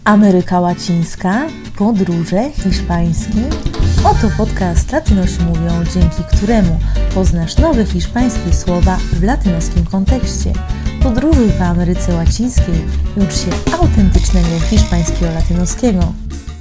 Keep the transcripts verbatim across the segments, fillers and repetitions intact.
Ameryka Łacińska, podróże, hiszpański. Oto podcast Latynosi mówią, dzięki któremu poznasz nowe hiszpańskie słowa w latynoskim kontekście. Podróżuj po Ameryce Łacińskiej i ucz się autentycznego hiszpańskiego latynoskiego.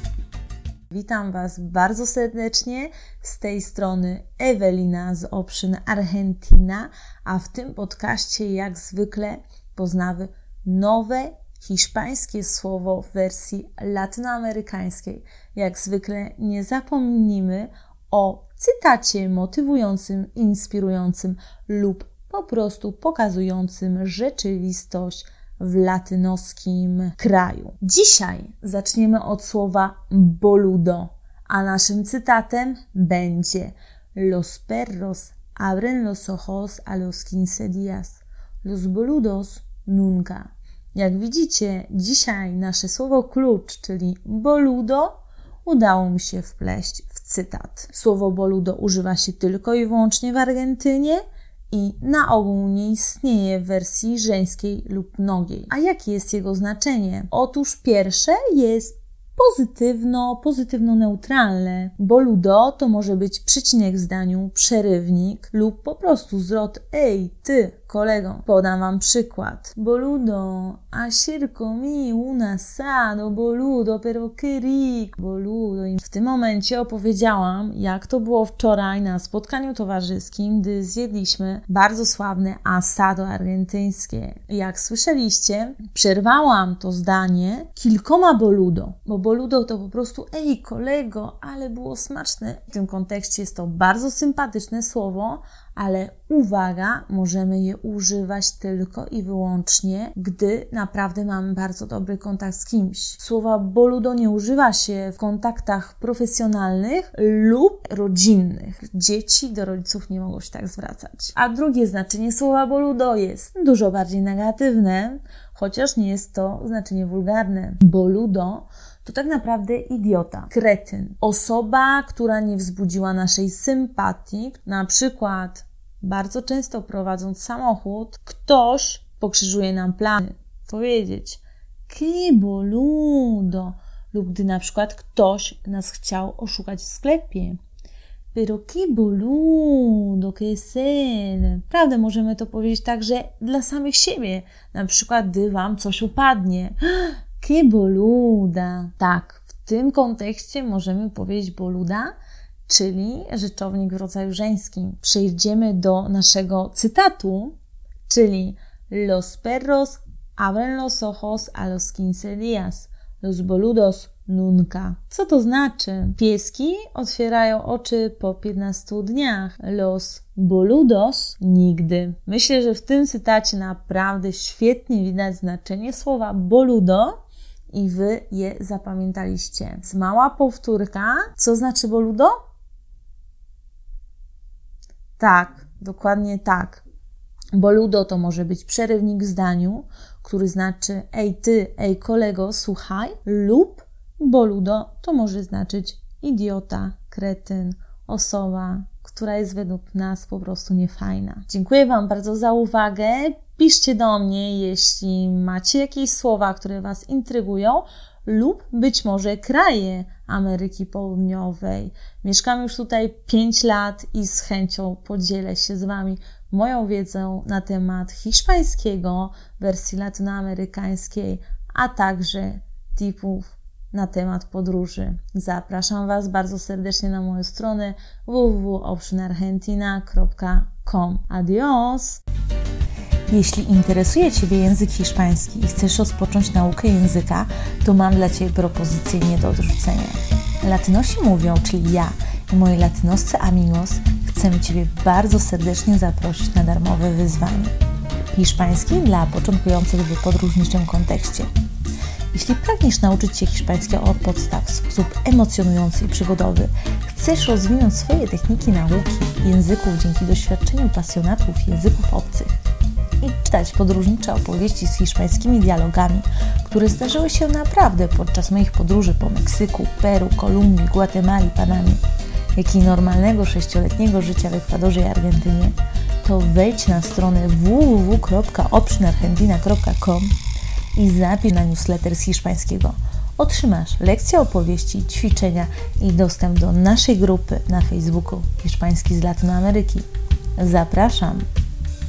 Witam Was bardzo serdecznie, z tej strony Ewelina z Option Argentina, a w tym podcaście jak zwykle poznawy nowe hiszpańskie słowo w wersji latynoamerykańskiej. Jak zwykle nie zapomnijmy o cytacie motywującym, inspirującym lub po prostu pokazującym rzeczywistość w latynoskim kraju. Dzisiaj zaczniemy od słowa boludo, a naszym cytatem będzie Los perros abren los ojos a los quince días, los boludos nunca. Jak widzicie, dzisiaj nasze słowo klucz, czyli boludo, udało mi się wpleść w cytat. Słowo boludo używa się tylko i wyłącznie w Argentynie i na ogół nie istnieje w wersji żeńskiej lub mnogiej. A jakie jest jego znaczenie? Otóż pierwsze jest pozytywno, pozytywno-neutralne. Boludo to może być przecinek w zdaniu, przerywnik lub po prostu zwrot ej, ty, kolego. Podam Wam przykład. Boludo, ayer comí un asado, boludo, pero qué rico, boludo. I w tym momencie opowiedziałam, jak to było wczoraj na spotkaniu towarzyskim, gdy zjedliśmy bardzo sławne asado argentyńskie. Jak słyszeliście, przerwałam to zdanie kilkoma boludo, bo boludo to po prostu ej, kolego, ale było smaczne. W tym kontekście jest to bardzo sympatyczne słowo, ale uwaga, możemy je używać tylko i wyłącznie, gdy naprawdę mamy bardzo dobry kontakt z kimś. Słowa boludo nie używa się w kontaktach profesjonalnych lub rodzinnych. Dzieci do rodziców nie mogą się tak zwracać. A drugie znaczenie słowa boludo jest dużo bardziej negatywne, chociaż nie jest to znaczenie wulgarne. Boludo to tak naprawdę idiota, kretyn. Osoba, która nie wzbudziła naszej sympatii. Na przykład bardzo często prowadząc samochód, ktoś pokrzyżuje nam plany. Powiedzieć qué boludo. Lub gdy na przykład ktoś nas chciał oszukać w sklepie. Pero qué boludo que es él. Prawda, możemy to powiedzieć także dla samych siebie. Na przykład, gdy Wam coś upadnie. Qué boluda. Tak, w tym kontekście możemy powiedzieć boluda, czyli rzeczownik w rodzaju żeńskim. Przejdziemy do naszego cytatu, czyli Los perros abren los ojos a los quince días, los boludos nunca. Co to znaczy? Pieski otwierają oczy po piętnastu dniach, los boludos nigdy. Myślę, że w tym cytacie naprawdę świetnie widać znaczenie słowa boludo i Wy je zapamiętaliście. Mała powtórka. Co znaczy boludo? Tak, dokładnie tak. Boludo to może być przerywnik w zdaniu, który znaczy ej ty, ej kolego, słuchaj, lub boludo to może znaczyć idiota, kretyn, osoba, która jest według nas po prostu niefajna. Dziękuję Wam bardzo za uwagę. Piszcie do mnie, jeśli macie jakieś słowa, które Was intrygują, lub być może kraje Ameryki Południowej. Mieszkam już tutaj pięć lat i z chęcią podzielę się z Wami moją wiedzą na temat hiszpańskiego, wersji latynoamerykańskiej, a także tipów na temat podróży. Zapraszam Was bardzo serdecznie na moją stronę w w w kropka option argentina kropka com. Adios! Jeśli interesuje Ciebie język hiszpański i chcesz rozpocząć naukę języka, to mam dla Ciebie propozycję nie do odrzucenia. Latynosi mówią, czyli ja i moi latynoscy amigos, chcemy Ciebie bardzo serdecznie zaprosić na darmowe wyzwanie. Hiszpański dla początkujących w podróżniczym kontekście. Jeśli pragniesz nauczyć się hiszpańskiego od podstaw w sposób emocjonujący i przygodowy, chcesz rozwinąć swoje techniki nauki języków dzięki doświadczeniu pasjonatów języków obcych i czytać podróżnicze opowieści z hiszpańskimi dialogami, które zdarzyły się naprawdę podczas moich podróży po Meksyku, Peru, Kolumbii, Gwatemali, Panamie, jak i normalnego sześcioletniego życia w Ekwadorze i Argentynie, to wejdź na stronę w w w kropka option argentina kropka com i zapisz na newsletter z hiszpańskiego. Otrzymasz lekcje, opowieści, ćwiczenia i dostęp do naszej grupy na Facebooku Hiszpański z Latynoameryki. Zapraszam!